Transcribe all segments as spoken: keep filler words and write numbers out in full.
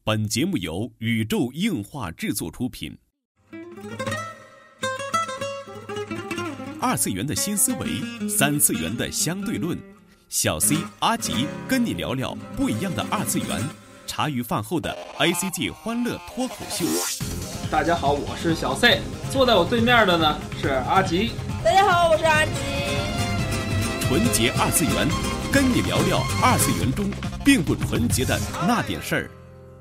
本节目由宇宙硬化制作出品。二次元的新思维，三次元的相对论。小 C 阿吉跟你聊聊不一样的二次元。茶余饭后的 A C G 欢乐脱口秀。 大家好，我是小 C， 坐在我对面的呢是阿吉。 大家好，我是阿吉。 纯洁二次元，跟你聊聊二次元中并不纯洁的那点事儿。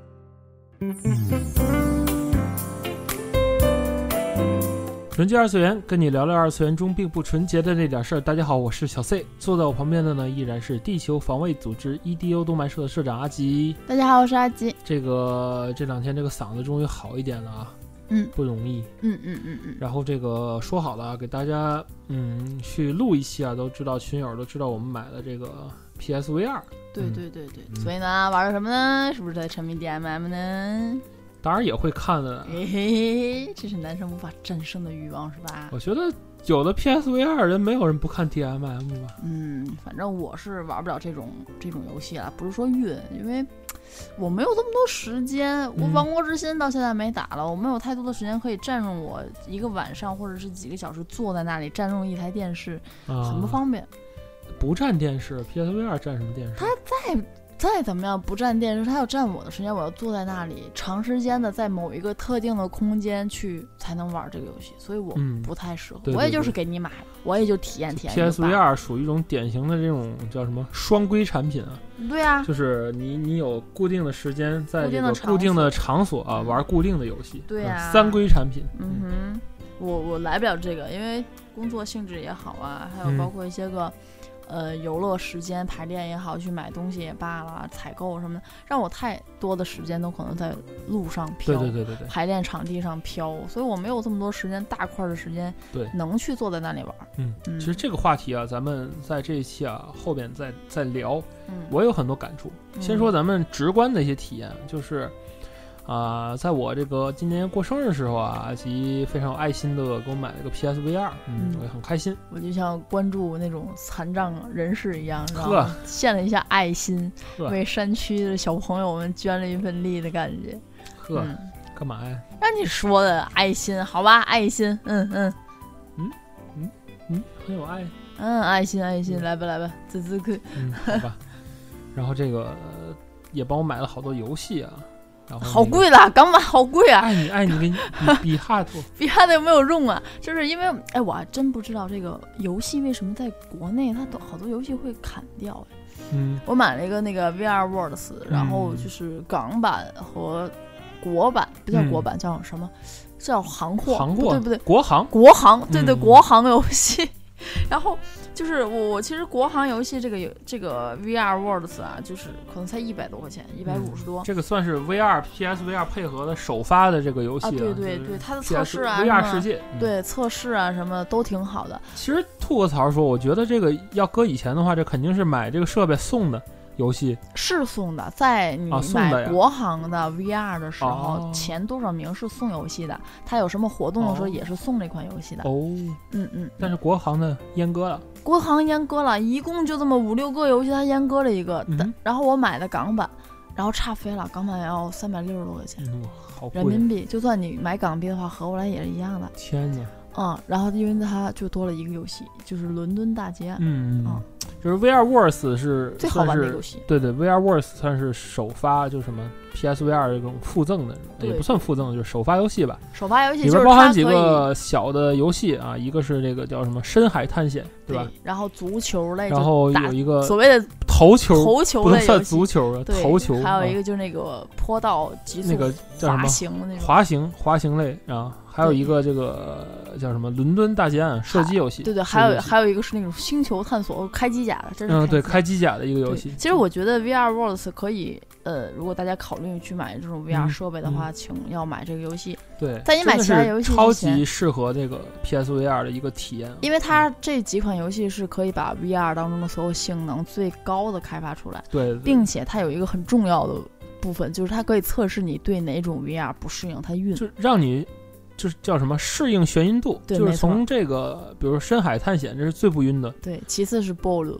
纯洁二次元，跟你聊聊二次元中并不纯洁的那点事儿。大家好，我是小 C， 坐在我旁边的呢依然是地球防卫组织 E D O 动漫社的社长阿吉。 大家好，我是阿吉。 这个这两天这个嗓子终于好一点了啊， 嗯， 不容易， 嗯嗯嗯嗯。 然后这个说好了给大家嗯去录一期啊，都知道群友都知道我们买了这个 P S V R。 对对对对、嗯，所以呢，玩什么呢？是不是在沉迷 D M M 呢？ 当然也会看的， 嘿嘿，这是男生无法战胜的欲望，是吧？ 我觉得有的 P S V R 人没有人不看 D M M 吧？ 嗯，反正我是玩不了这种这种游戏了，不是说晕，因为我没有这么多时间。我亡国之心到现在没打了，嗯、我没有太多的时间可以占用我一个晚上或者是几个小时坐在那里占用一台电视，啊、很不方便。 不占电视 ，P S V R 占什么电视？ 它再再怎么样不占电视，它要占我的时间，我要坐在那里长时间的在某一个特定的空间去才能玩这个游戏，所以我不太适合。嗯、对对对，我也就是给你买，我也就体验体验。 P S V R 属于一种典型的这种叫什么双规产品啊？ 对啊， 就是你你有固定的时间在这个固定的场所啊玩固定的游戏。 对啊， 嗯、三规产品。 嗯哼，我我来不了这个，因为工作性质也好啊，还有包括一些个。嗯呃，游乐时间排练也好，去买东西也罢了，采购什么的，让我太多的时间都可能在路上飘， 对对对对对， 排练场地上飘，所以我没有这么多时间，大块的时间，对，能去坐在那里玩。 嗯，嗯其实这个话题啊，咱们在这一期啊后边再再聊，嗯，我有很多感触。嗯、先说咱们直观的一些体验，就是。啊、呃，在我这个今年过生日的时候啊，阿吉非常有爱心的给我买了个 P S V R， 嗯，嗯我也很开心。 我就像关注那种残障人士一样，然后献了一下爱心，为山区的小朋友们捐了一份力的感觉。 呵，嗯、干嘛呀？ 让你说的爱心，好吧，爱心，嗯嗯嗯嗯嗯，很有爱。 嗯，爱心爱心，嗯、来吧来吧，滋滋克。 嗯，好吧。然后这个、呃、也帮我买了好多游戏啊。然后、那个、 好贵啦，港版好贵啊！ 爱你爱你，给你比哈图， 比哈图有没有用啊？就是因为哎，我还真不知道这个游戏为什么在国内它都好多游戏会砍掉。 嗯， 我买了一个那个 V R Worlds， 然后就是港版和国版，不叫国版，嗯、叫什么？叫行货？ 行货？ 对不对？ 国行？ 国行？对对， 嗯、 国行游戏。然后就是我，我其实国行游戏这个有这个 V R Worlds 啊，就是可能才一百多块钱，一百五十多、 嗯。这个算是 V R P S V R 配合的首发的这个游戏、啊啊、对对对，它的测试啊 ，V R 世界， 嗯、对测试啊什么都挺好的。 其实吐个槽说，我觉得这个要搁以前的话，这肯定是买这个设备送的。游戏是送的，在你买国行的 V R 的时候， 哦、 前多少名是送游戏的，它有什么活动的时候也是送这款游戏的。 哦， 嗯嗯。 但是国行的阉割了， 国行阉割了，一共就这么五六个游戏，它阉割了一个。 嗯、 然后我买的港版，然后差飞了，港版也要三百六十多块钱， 嗯、好贵人民币。就算你买港币的话，合过来也是一样的。 天哪！ 嗯，然后因为它就多了一个游戏，就是伦敦大劫案。 嗯嗯， 就是 V R Worlds 是最好玩的游戏。 对对 ，V R Worlds 算是首发，就什么 P S V R 这种附赠的，也不算附赠，就是首发游戏吧。 首发游戏里边包含几个小的游戏啊，一个是这个叫什么深海探险，对吧？ 对，然后足球类， 然后有一个所谓的头球， 头球类不能算足球啊，头球。 还有一个就是那个坡道极速那个叫什么滑行的那种滑行滑行类啊。还有一个这个叫什么伦敦大劫案射击游戏， 对对，还有还有一个是那种星球探索开机甲的，真是嗯对开机甲的一个游戏。 其实我觉得 V R Worlds 可以，呃，如果大家考虑去买这种 V R 设备的话， 嗯、 请要买这个游戏。 对， 在你买其他游戏之前， 超级适合这个 P S V R 的一个体验， 因为它这几款游戏是可以把 V R 当中的所有性能最高的开发出来， 对，对并且它有一个很重要的部分，就是它可以测试你对哪种 V R 不适应，它晕， 就让你。就是叫什么适应眩晕度，就是从这个比如说深海探险，这是最不晕的。 对，其次是 ball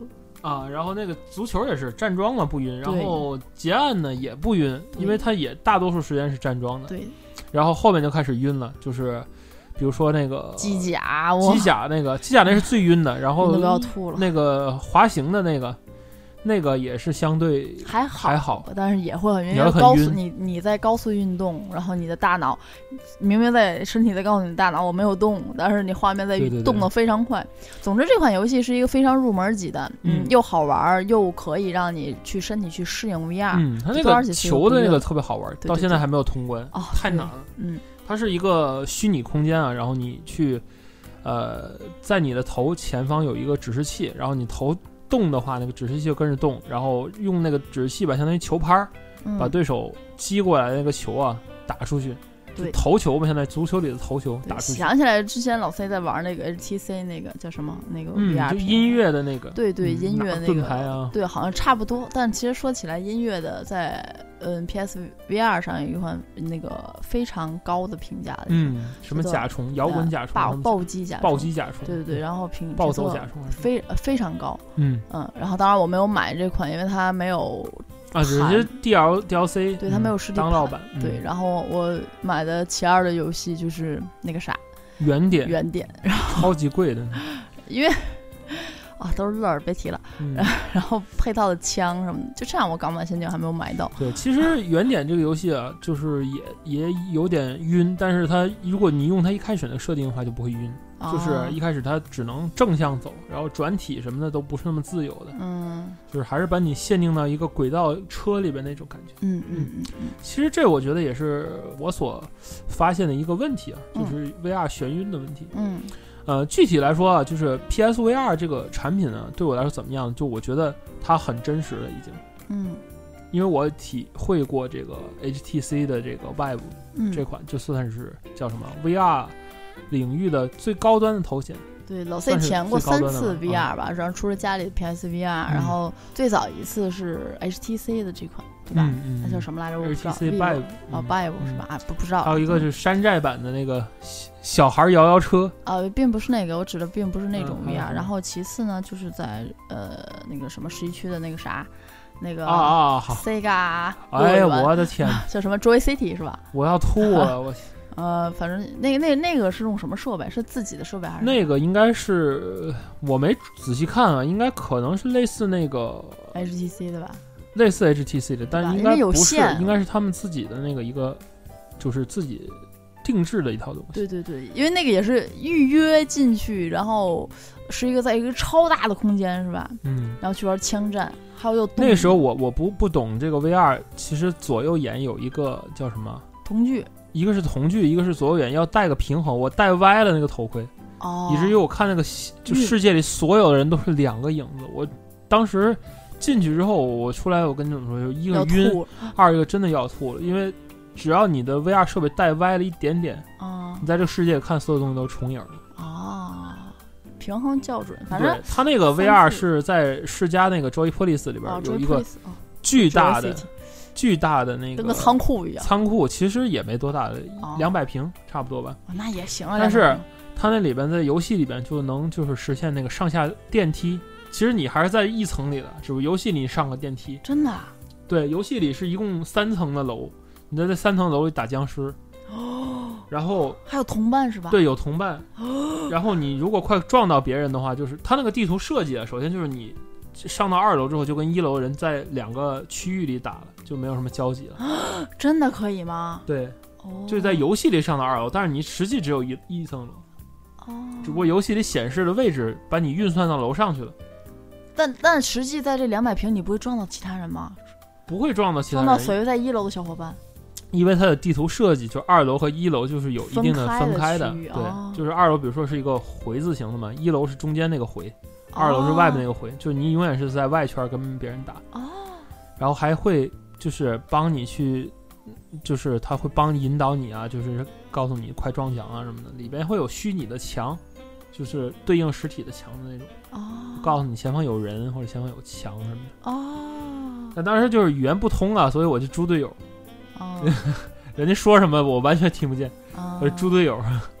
啊，然后那个足球也是站桩了不晕，然后结案呢也不晕，因为它也大多数时间是站桩的。 对。 然后后面就开始晕了，就是比如说那个机甲， 机甲那个机甲那是最晕的，然后都要吐了。 那个滑行的那个。那个也是相对还好， 还好， 但是也会很晕。因为高速，你你在高速运动，然后你的大脑明明在身体在告诉你大脑我没有动，但是你画面在动得非常快。 对对对， 总之，这款游戏是一个非常入门级的，嗯，又好玩又可以让你去身体去适应 V R。 嗯，它那个球的那个特别好玩， 对对对， 到现在还没有通关， 哦， 太难了。 嗯， 它是一个虚拟空间啊，然后你去，呃，在你的头前方有一个指示器，然后你头。动的话，那个指示器就跟着动，然后用那个指示器吧，相当于球拍， 嗯、 把对手击过来的那个球啊打出去， 对， 头球嘛，现在足球里的头球打出去。 想起来之前老 C 在玩那个 H T C 那个叫什么那个 V R，、 嗯、就音乐的那个， 对对， 嗯、 音乐那个盾牌啊， 对，好像差不多。但其实说起来，音乐的在嗯 P S V R 上有一款那个非常高的评价的， 嗯，什么甲虫，摇滚甲虫， 暴暴击甲虫， 暴击甲虫， 对对对，然后评暴走甲虫非非常高， 嗯嗯，然后当然我没有买这款，因为它没有。 啊，只是 D L D L C， 对，它没有实体当盗版。 嗯、对，然后我买的其二的游戏就是那个啥， 原点， 原点，然后超级贵的， 因为啊都是乐儿，别提了。 嗯、 然后配套的枪什么的，就这样我港版仙境还没有买到。 对，其实原点这个游戏啊，就是也也有点晕，但是它如果你用它一开始的设定的话，就不会晕。 哦、 就是一开始它只能正向走，然后转体什么的都不是那么自由的， 嗯， 就是还是把你限定到一个轨道车里边那种感觉， 嗯嗯嗯嗯。 其实这我觉得也是我所发现的一个问题啊，就是 V R 眩晕的问题。 嗯， 呃，具体来说啊，就是 P S V R 这个产品呢，对我来说怎么样？就我觉得它很真实了，已经。 嗯， 因为我体会过这个 H T C 的这个 Vive、 嗯、 这款，就算是叫什么 V R。领域的最高端的头衔， 对，老 C 体过三次 V R 吧， 嗯、 然后除了家里的 P S V R，、嗯、然后最早一次是 H T C 的这款，对吧？ 嗯嗯、 那叫什么来着？我不知道。 H T C Vive 哦 ，Vive 是吧？啊，不不知道。 还有一个是山寨版的那个小孩摇摇车， 呃，并不是那个，我指的并不是那种 V R、 嗯。 然后其次呢，就是在呃那个什么十一区的那个啥。那个啊啊 ，Sega， 哎呀，我的天， 叫什么 Joy City 是吧？ 我要吐了，我。 呃，反正那个那那个是用什么设备？是自己的设备还是？ 那个应该是我没仔细看啊，应该可能是类似那个 H T C 的吧？ 类似 H T C 的，但应该不是，应该是他们自己的那个一个，就是自己定制的一套东西。 对对对，因为那个也是预约进去，然后是一个在一个超大的空间是吧？ 嗯， 然后去玩枪战，还有又那个时候我我不不懂这个 V R， 其实左右眼有一个叫什么瞳距。 一个是瞳距，一个是左右眼，要带个平衡。我戴歪了那个头盔， 哦， 以至于我看那个就世界里所有的人都是两个影子。我当时进去之后，我出来，我跟你们说，一个晕，二一个真的要吐了，因为只要你的 V R 设备带歪了一点点， 啊， 你在这个世界看所有东西都重影了。 啊，平衡校准，反正他那个 V R 是在世嘉那个 Joy Police 里边有一个巨大的。巨大的那个跟个仓库一样， 仓库其实也没多大的，两百、哦、平差不多吧。 哦、那也行啊。 但是它那里边在游戏里边就能就是实现那个上下电梯。其实你还是在一层里的，只不过游戏里上个电梯。 真的、啊？ 对，游戏里是一共三层的楼，你在这三层楼里打僵尸。 哦。 然后还有同伴是吧？ 对，有同伴。 哦。 然后你如果快撞到别人的话，就是它那个地图设计啊，首先就是你。上到二楼之后，就跟一楼人在两个区域里打了，就没有什么交集了。 真的可以吗？ 对， 哦， 就是在游戏里上到二楼，但是你实际只有一一层楼。 哦， 只不过游戏里显示的位置把你运算到楼上去了。 但但实际在这两百平，你不会撞到其他人吗？ 不会撞到其他人， 撞到所谓在一楼的小伙伴。 因为它的地图设计，就二楼和一楼就是有一定的分开的， 对、 哦，就是二楼比如说是一个回字形的嘛，一楼是中间那个回。二楼是外面那个回、哦，就是你永远是在外圈跟别人打哦， 然后还会就是帮你去，就是他会帮引导你啊，就是告诉你快撞墙啊什么的。里边会有虚拟的墙，就是对应实体的墙的那种哦， 告诉你前方有人或者前方有墙什么的哦。 那当时就是语言不通啊，所以我就猪队友哦， 人家说什么我完全听不见， 哦、 我是猪队友。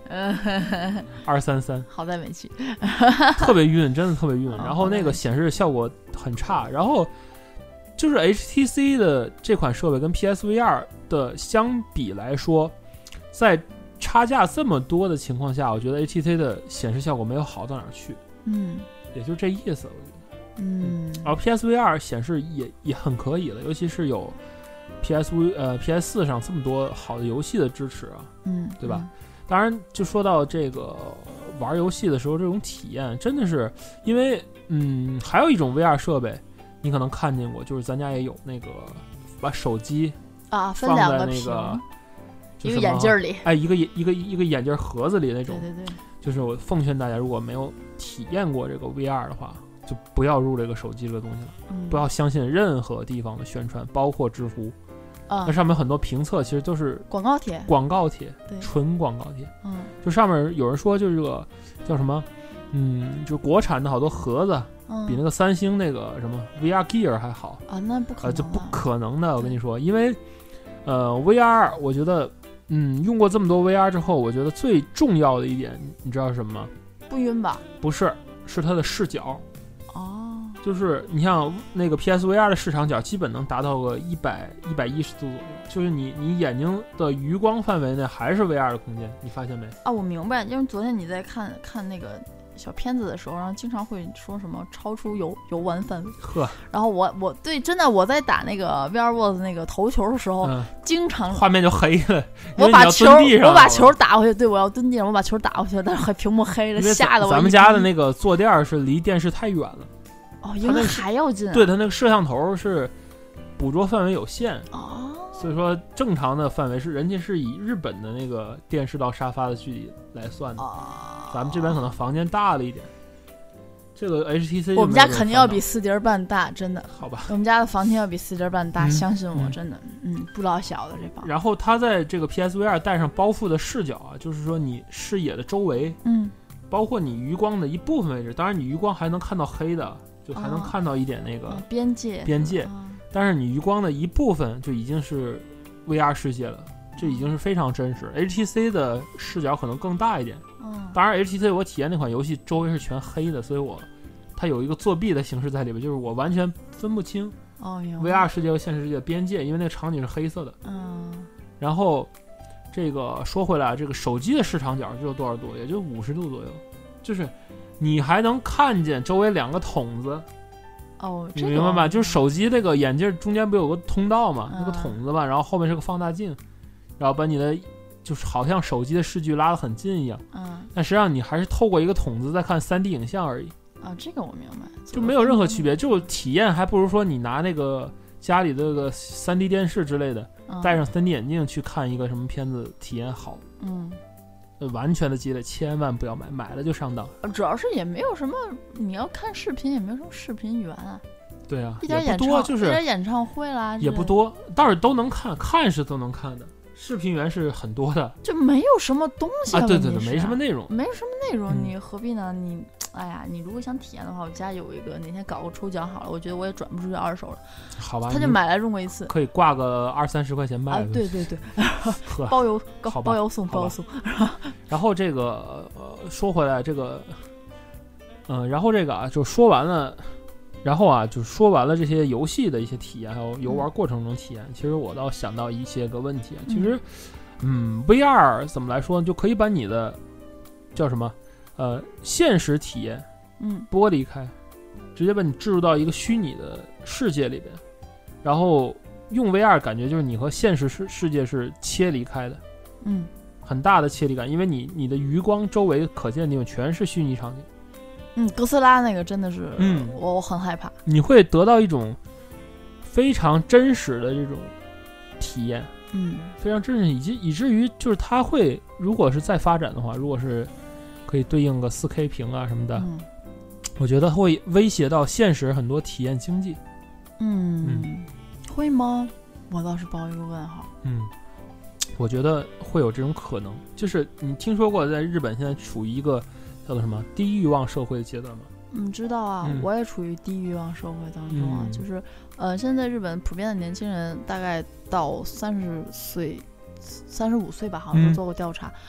二三三， 好在没去， 特别晕，真的特别晕。 哦、 然后那个显示效果很差，然后就是 H T C 的这款设备跟 P S V R 的相比来说，在差价这么多的情况下，我觉得 H T C 的显示效果没有好到哪儿去。 嗯， 也就这意思，我觉得。 嗯， 然后 P S V R 显示也也很可以了，尤其是有 P S V 呃 P S 四 上这么多好的游戏的支持啊， 嗯， 对吧？嗯、当然，就说到这个玩游戏的时候，这种体验真的是，因为嗯，还有一种 V R 设备，你可能看见过，就是咱家也有那个把手机啊分放在两个那个一个眼镜里， 哎，一个一个一个眼镜盒子里那种。 对对对。 就是我奉劝大家，如果没有体验过这个 V R 的话，就不要入这个手机这个东西了， 嗯、 不要相信任何地方的宣传，包括知乎， 啊、 那上面很多评测其实都是广告帖， 广告帖， 对， 纯广告帖。 嗯， 就上面有人说，就这个叫什么，嗯，就国产的好多盒子， 嗯、 比那个三星那个什么 V R Gear 还好啊，那不可能、啊， 呃，这不可能的，我跟你说，因为呃 V R 我觉得。嗯，用过这么多 V R 之后，我觉得最重要的一点，你知道是什么吗？ 不晕吧？ 不是，是它的视角。 哦， 就是你像那个 P S V R 的视场角，基本能达到个一百一百一十度左右，就是你你眼睛的余光范围内还是 V R 的空间，你发现没？ 啊，我明白，因为昨天你在看看那个小片子的时候，然后经常会说什么超出游游玩范围。 呵， 然后我我对真的我在打那个 V R Worlds 那个头球的时候，嗯、经常画面就黑了。 我把球我把球打回去，对，我要蹲地上，我把球打回去，但是屏幕黑了，吓得我。 咱们家的那个坐垫是离电视太远了。 哦，因为还要近、啊。 对，它那个摄像头是捕捉范围有限。 哦。 所以说正常的范围是人家是以日本的那个电视到沙发的距离来算的。 哦。 咱们这边可能房间大了一点。这个 H T C 我们家肯定要比四碟半大，真的。 好吧， 我们家的房间要比四碟半大， 嗯、 相信我， 嗯、 真的，嗯，不老小的这房。 然后它在这个 P S V R 带上包覆的视角啊，就是说你视野的周围， 嗯， 包括你余光的一部分位置，当然你余光还能看到黑的，就还能看到一点那个、 哦、边界边界， 哦、 但是你余光的一部分就已经是 V R 世界了，这已经是非常真实。H T C 的视角可能更大一点， 嗯， 当然 H T C 我体验那款游戏周围是全黑的，所以我。它有一个作弊的形式在里边，就是我完全分不清 V R 世界和现实世界的边界，因为那个场景是黑色的。 嗯。 然后这个说回来，这个手机的视场角就多少度？也就五十度左右，就是你还能看见周围两个筒子。 哦， 你明白吧？就是手机这个眼镜中间不有个通道嘛， 嗯、 那个筒子嘛，然后后面是个放大镜，然后把你的就是好像手机的视距拉得很近一样。 嗯。但实际上你还是透过一个筒子在看 三 D 影像而已。 啊，这个我明白， 就没有任何区别，就体验还不如说你拿那个家里的这个 三 D 电视之类的， 嗯、 戴上 三 D 眼镜去看一个什么片子，体验好。 嗯， 完全的鸡肋，千万不要买，买了就上当。 主要是也没有什么，你要看视频也没有什么视频源啊。 对啊， 一点演唱就是一点演唱会啦， 也不多，倒是都能看，看是都能看的。视频源是很多的， 就没有什么东西啊，对对对，没什么内容， 没什么内容， 嗯、 你何必呢？你，哎呀，你如果想体验的话，我家有一个，哪天搞个抽奖好了，我觉得我也转不出去二手了。 好吧， 他就买来用过一次， 可以挂个二三十块钱卖。 啊，对对对，包邮，包邮送，包邮送。 然后这个呃，说回来这个，嗯、呃，然后这个啊，就说完了。然后啊，就说完了这些游戏的一些体验，还有游玩过程中体验。嗯、其实我倒想到一些个问题，其实，嗯 ，V R 怎么来说呢？就可以把你的叫什么，呃，现实体验， 嗯， 剥离开，直接把你置入到一个虚拟的世界里边，然后用 V R 感觉就是你和现实世世界是切离开的， 嗯， 很大的切离感，因为你你的余光周围可见的地方全是虚拟场景。 嗯，哥斯拉那个真的是， 嗯， 我我很害怕。 你会得到一种非常真实的这种体验， 嗯， 非常真实，以及以至于就是它会，如果是再发展的话，如果是可以对应个 四 K 屏啊什么的， 嗯， 我觉得会威胁到现实很多体验经济。 嗯， 嗯会吗？我倒是抱一个问号。 嗯，我觉得会有这种可能。就是你听说过在日本现在处于一个叫做什么低欲望社会的阶段吗？ 嗯，知道啊， 嗯、 我也处于低欲望社会当中啊。 嗯、 就是，呃，现在日本普遍的年轻人大概到三十岁、三十五岁吧，好像是做过调查， 嗯、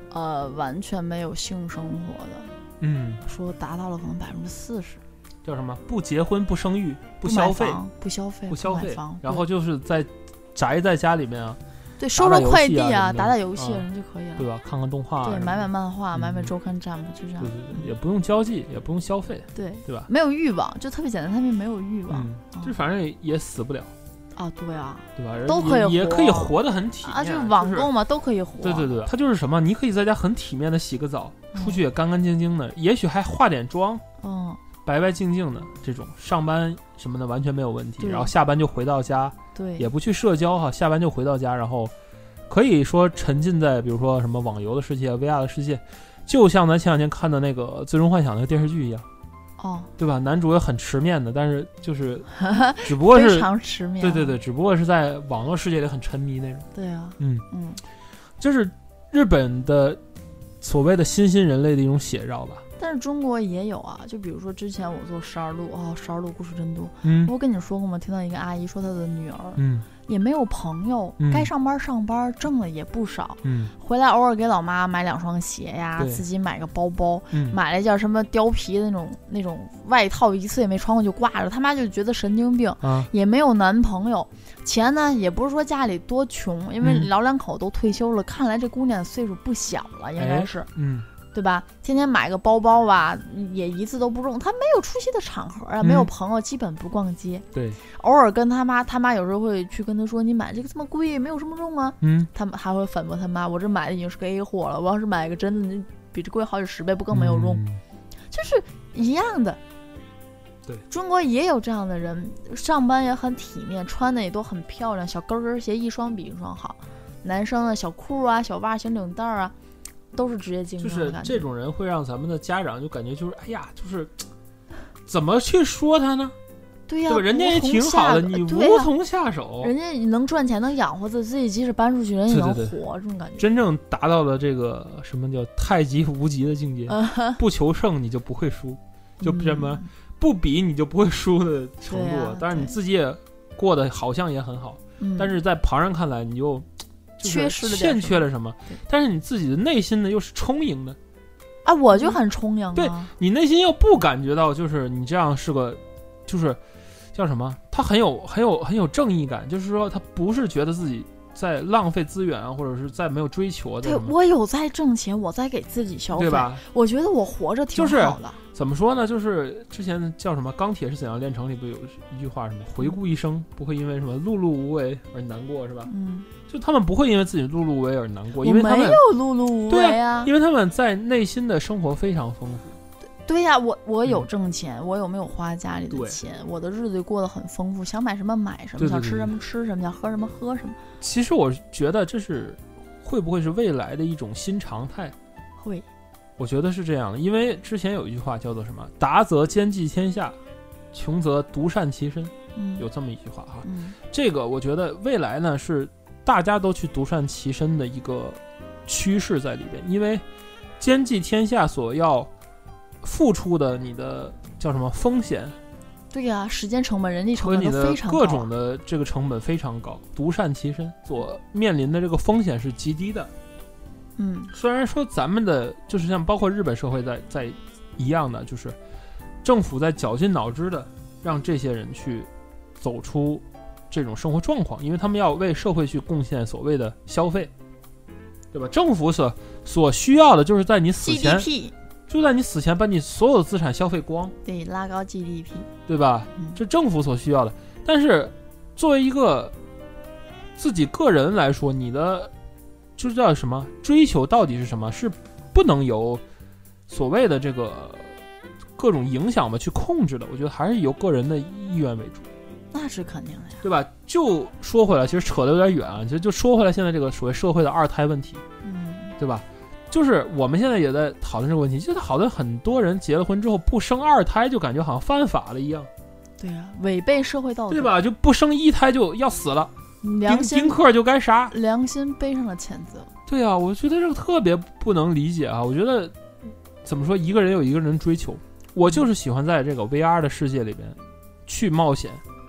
呃，完全没有性生活的， 嗯， 说达到了可能百分之四十。 叫什么？不结婚不生育不消费不消费不消费， 房然后就是在宅在家里面啊， 对，收收快递啊， 打打游戏人就可以了， 对吧？看看动画， 对，买买漫画， 嗯、 买买周刊 Jump， 就这样。 对对对，也不用交际，也不用消费， 对对吧？ 没有欲望，就特别简单，他们没有欲望， 嗯，就反正也死不了。 啊，对啊， 对吧？ 都可以活， 也可以活得很体面啊，就是网购嘛， 就是、 都可以活。 对对对，它就是什么？你可以在家很体面的洗个澡，嗯、出去也干干净净的，也许还化点妆， 嗯， 白白净净的这种，上班什么的完全没有问题。然后下班就回到家， 对， 也不去社交哈，下班就回到家，然后可以说沉浸在比如说什么网游的世界、V R 的世界，就像咱前两天看的那个《最终幻想》那个电视剧一样。 哦， 对吧？男主也很持面的，但是就是只不过是非常持面， 对对对，只不过是在网络世界里很沉迷那种。 对啊， 嗯嗯， 就是日本的所谓的新兴人类的一种写照吧。 但是中国也有啊，就比如说之前我做十二路，哦，十二路故事真多。 嗯， 我跟你说过吗？听到一个阿姨说她的女儿， 嗯， 也没有朋友， 嗯、 该上班上班，挣了也不少， 嗯， 回来偶尔给老妈买两双鞋呀，自己买个包包， 嗯， 买了一件什么貂皮的那种那种外套，一次也没穿过就挂着，他妈就觉得神经病， 啊， 也没有男朋友，钱呢也不是说家里多穷，因为老两口都退休了，嗯、看来这姑娘岁数不小了，应该是， 哎、嗯。 对吧？天天买个包包吧，也一次都不中。他没有出席的场合啊， 嗯、 没有朋友，基本不逛街。 对， 偶尔跟他妈，他妈有时候会去跟他说：“你买这个这么贵，没有什么用啊。” 嗯， 他们还会反驳他妈：“我这买的已经是个 A 货了，我要是买个真的，比这贵好几十倍，不更没有用？” 嗯、 就是一样的。 对， 中国也有这样的人，上班也很体面，穿的也都很漂亮，小跟跟鞋一双比一双好。男生的小裤啊、小袜、小领带啊。都是职业竞争的感觉， 就是这种人会让咱们的家长就感觉就是哎呀，就是怎么去说他呢？ 对呀、 啊，对吧？人家也挺好的，你无从下手。 人家能赚钱，能养活自己，自己即使搬出去，人也能活。 对对对， 这种感觉真正达到了这个什么叫太极无极的境界，不求胜你就不会输，就什么、嗯、不比你就不会输的程度。 啊、 但是你自己也过得好像也很好，但是在旁人看来你就。 缺失了欠缺了什么，但是你自己的内心呢又是充盈的啊，我就很充盈啊。 对，你内心又不感觉到就是你这样是个，就是叫什么？他很有很有很有正义感，就是说他不是觉得自己在浪费资源啊，或者是在没有追求。 对，我有在挣钱，我在给自己消费， 对吧？ 我觉得我活着挺好的。 就是、怎么说呢？就是之前叫什么《钢铁是怎样炼成》里不有一句话什么？回顾一生，不会因为什么碌碌无为而难过，是吧？ 嗯。 就他们不会因为自己碌碌无为而难过，因为他们没有碌碌无为啊， 因为他们在内心的生活非常丰富。 对呀、啊，我我有挣钱、嗯，我有没有花家里的钱，我的日子过得很丰富，想买什么买什么， 对对对对， 想吃什么吃什么，想喝什么喝什么。 其实我觉得这是会不会是未来的一种新常态？ 会， 我觉得是这样的，因为之前有一句话叫做什么？达则兼济天下，穷则独善其身。 嗯， 有这么一句话哈。 嗯， 这个我觉得未来呢是。大家都去独善其身的一个趋势在里边，因为兼济天下所要付出的你的叫什么风险？ 对呀、啊，时间成本、人力成本都非常高， 各种的这个成本非常高。独善其身所面临的这个风险是极低的。 嗯， 虽然说咱们的就是像包括日本社会在在一样的，就是政府在绞尽脑汁的让这些人去走出。这种生活状况，因为他们要为社会去贡献所谓的消费，对吧？政府所所需要的就是在你死前 G D P， 就在你死前把你所有的资产消费光， 对，拉高 G D P， 对吧？ 嗯， 这政府所需要的。但是作为一个自己个人来说，你的就是叫什么追求到底是什么？是不能由所谓的这个各种影响吧去控制的。我觉得还是由个人的意愿为主。 那是肯定的呀， 对吧？就说回来，其实扯得有点远啊。其实就说回来，现在这个所谓社会的二胎问题， 嗯， 对吧？就是我们现在也在讨论这个问题，就是好多很多人结了婚之后不生二胎，就感觉好像犯法了一样。 对呀、啊，违背社会道德， 对吧？就不生一胎就要死了， 良心丁克就该杀， 良心背上了谴责。 对啊，我觉得这个特别不能理解啊！我觉得怎么说，一个人有一个人追求，我就是喜欢在这个 V R 的世界里边去冒险。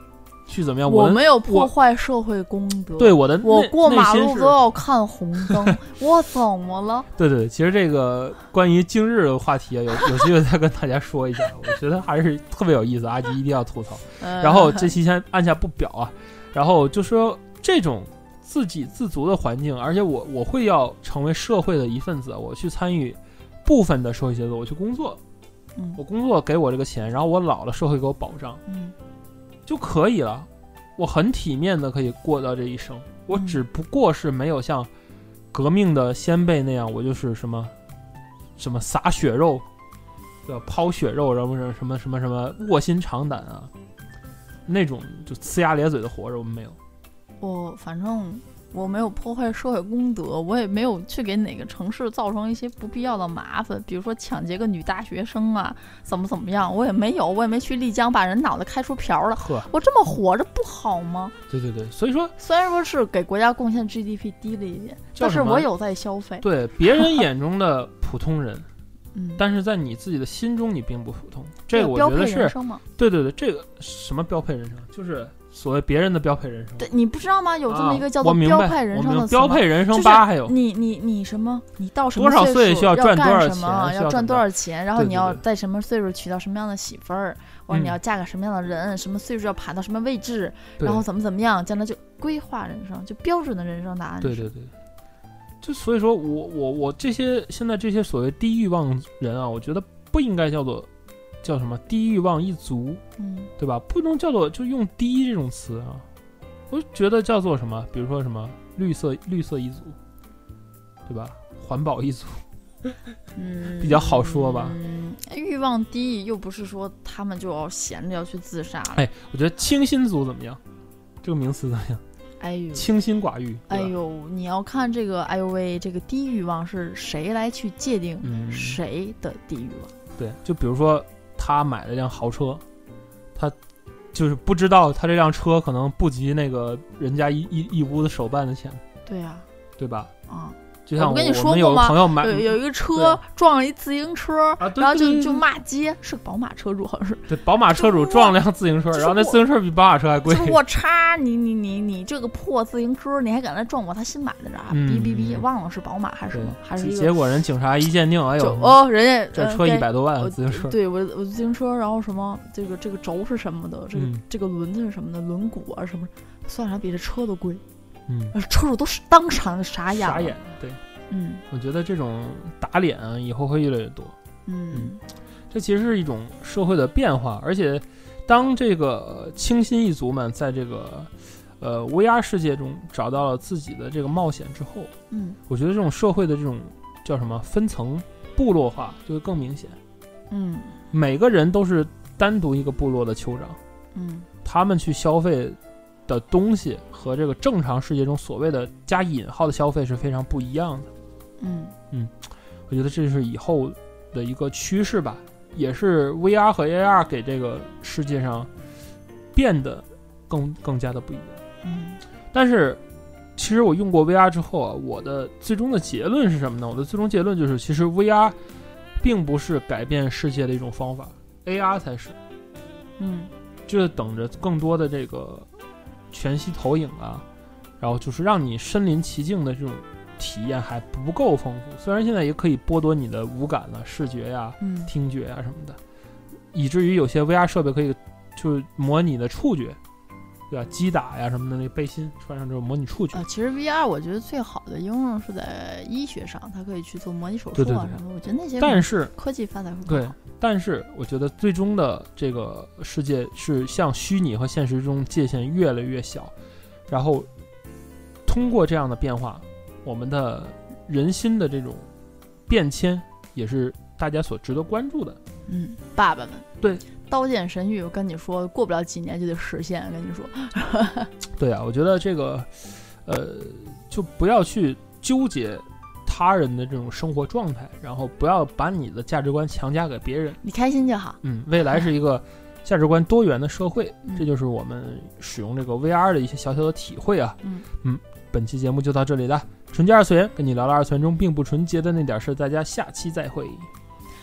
去怎么样？ 我我没有破坏社会公德。 对我的， 我过马路都要看红灯，我怎么了？ 对对，其实这个关于今日的话题啊，有有机会再跟大家说一下，我觉得还是特别有意思，阿吉一定要吐槽。然后这期先按下不表啊，然后就说这种自给自足的环境，而且我我会要成为社会的一份子，我去参与部分的社会协作，我去工作， 嗯， 我工作给我这个钱，然后我老了社会给我保障， 嗯， 就可以了。我很体面的可以过到这一生，我只不过是没有像革命的先辈那样，我就是什么什么洒血肉，对吧？抛血肉，然后什么什么什么卧薪尝胆啊，那种就呲牙咧嘴的活着，我们没有。 我反正我没有破坏社会公德，我也没有去给哪个城市造成一些不必要的麻烦，比如说抢劫个女大学生啊，怎么怎么样，我也没有，我也没去丽江把人脑袋开出瓢了。 呵， 我这么活着不好吗？ 对对对，所以说虽然说是给国家贡献 G D P 低了一点，但是我有在消费。 对别人眼中的普通人。 嗯， 但是在你自己的心中，你并不普通。这个我觉得是，对对对，这个什么标配人生，就是所谓别人的标配人生。 对，你不知道吗？有这么一个叫做标配人生的词、 啊、标配人生八还有、 就是、你你你什么？你到什么多少岁需要赚多少钱？ 要要赚多少钱？然后你要对对对在什么岁数娶到什么样的媳妇儿，或者你要嫁给什么样的人？嗯、什么岁数要爬到什么位置？然后怎么怎么样？将来就规划人生，就标准的人生答案。 对对对。就所以说我我我这些现在这些所谓低欲望人啊，我觉得不应该叫做叫什么低欲望一族， 嗯， 对吧？不能叫做就用低这种词啊，我觉得叫做什么？比如说什么绿色绿色一族，对吧？环保一族， 嗯， 比较好说吧。 嗯，欲望低又不是说他们就要闲着要去自杀了。 哎，我觉得清心族怎么样？这个名词怎么样？ 哎呦， 清心寡欲。 哎呦，你要看这个，哎呦喂，这个低欲望是谁来去界定谁的低欲望？ 嗯、对，就比如说他买了辆豪车，他就是不知道他这辆车可能不及那个人家一一一屋子手办的钱。 对呀、啊， 对吧？ 啊。 就像 我, 我跟你说过吗？有有, 有一个车撞了一自行车， 啊、 然后就就骂街，是个宝马车主，好像是。 对，宝马车主撞了辆自行车，然后那自行车比宝马车还贵。 就是我擦，你你你你这个破自行车，你还敢来撞我？他新买的，啊，哔哔哔，忘了是宝马还是什么，还是结果人警察一鉴定，哎呦， 哦，人家这车一百多万，自行车。 对我我自行车，然后什么这个这个轴是什么的，这个、嗯、这个轮子是什么的，轮毂啊什么，算上比这车都贵。 嗯， 车主都是当场傻眼了。 傻眼，对。 嗯， 我觉得这种打脸啊，以后会越来越多。 嗯, 嗯， 这其实是一种社会的变化，而且当这个清心一族们在这个呃 V R 世界中找到了自己的这个冒险之后， 嗯， 我觉得这种社会的这种叫什么分层部落化就会更明显。 嗯， 每个人都是单独一个部落的酋长。 嗯， 他们去消费的东西和这个正常世界中所谓的加引号的消费是非常不一样的。 嗯嗯，我觉得这是以后的一个趋势吧，也是 V R 和 A R 给这个世界上变得更更加的不一样。 嗯， 但是其实我用过 V R 之后啊，我的最终的结论是什么呢？我的最终结论就是，其实 V R 并不是改变世界的一种方法 ，A R 才是。 嗯， 就等着更多的这个全息投影啊，然后就是让你身临其境的这种体验还不够丰富，虽然现在也可以剥夺你的五感了，视觉呀、 嗯、 听觉呀什么的，以至于有些 V R 设备可以就模拟的触觉，对吧？击打呀什么的，那个背心穿上之后模拟触觉。 呃，其实 V R 我觉得最好的应用是在医学上，它可以去做模拟手术啊什么。 对对对， 我觉得那些但是科技发展会对，但是我觉得最终的这个世界是向虚拟和现实中界限越来越小，然后通过这样的变化，我们的人心的这种变迁也是大家所值得关注的。 嗯，爸爸们， 对， 刀剑神域，我跟你说，过不了几年就得实现。跟你说， 对啊，我觉得这个，呃，就不要去纠结他人的这种生活状态，然后不要把你的价值观强加给别人， 你开心就好。 嗯，未来是一个价值观多元的社会，嗯、这就是我们使用这个 V R 的一些小小的体会啊。 嗯嗯，本期节目就到这里了，纯洁二次元跟你聊了二次元中并不纯洁的那点事，大家下期再会。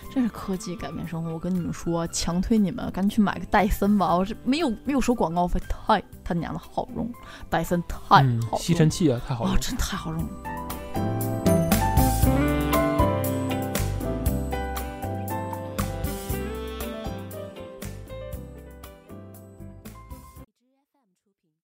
真是科技改变生活。我跟你们说，强推你们赶紧去买个戴森吧，我这没有没有收广告费，太他娘的好用，戴森太好用， 嗯、吸尘器啊太好用、 哦，真太好用了。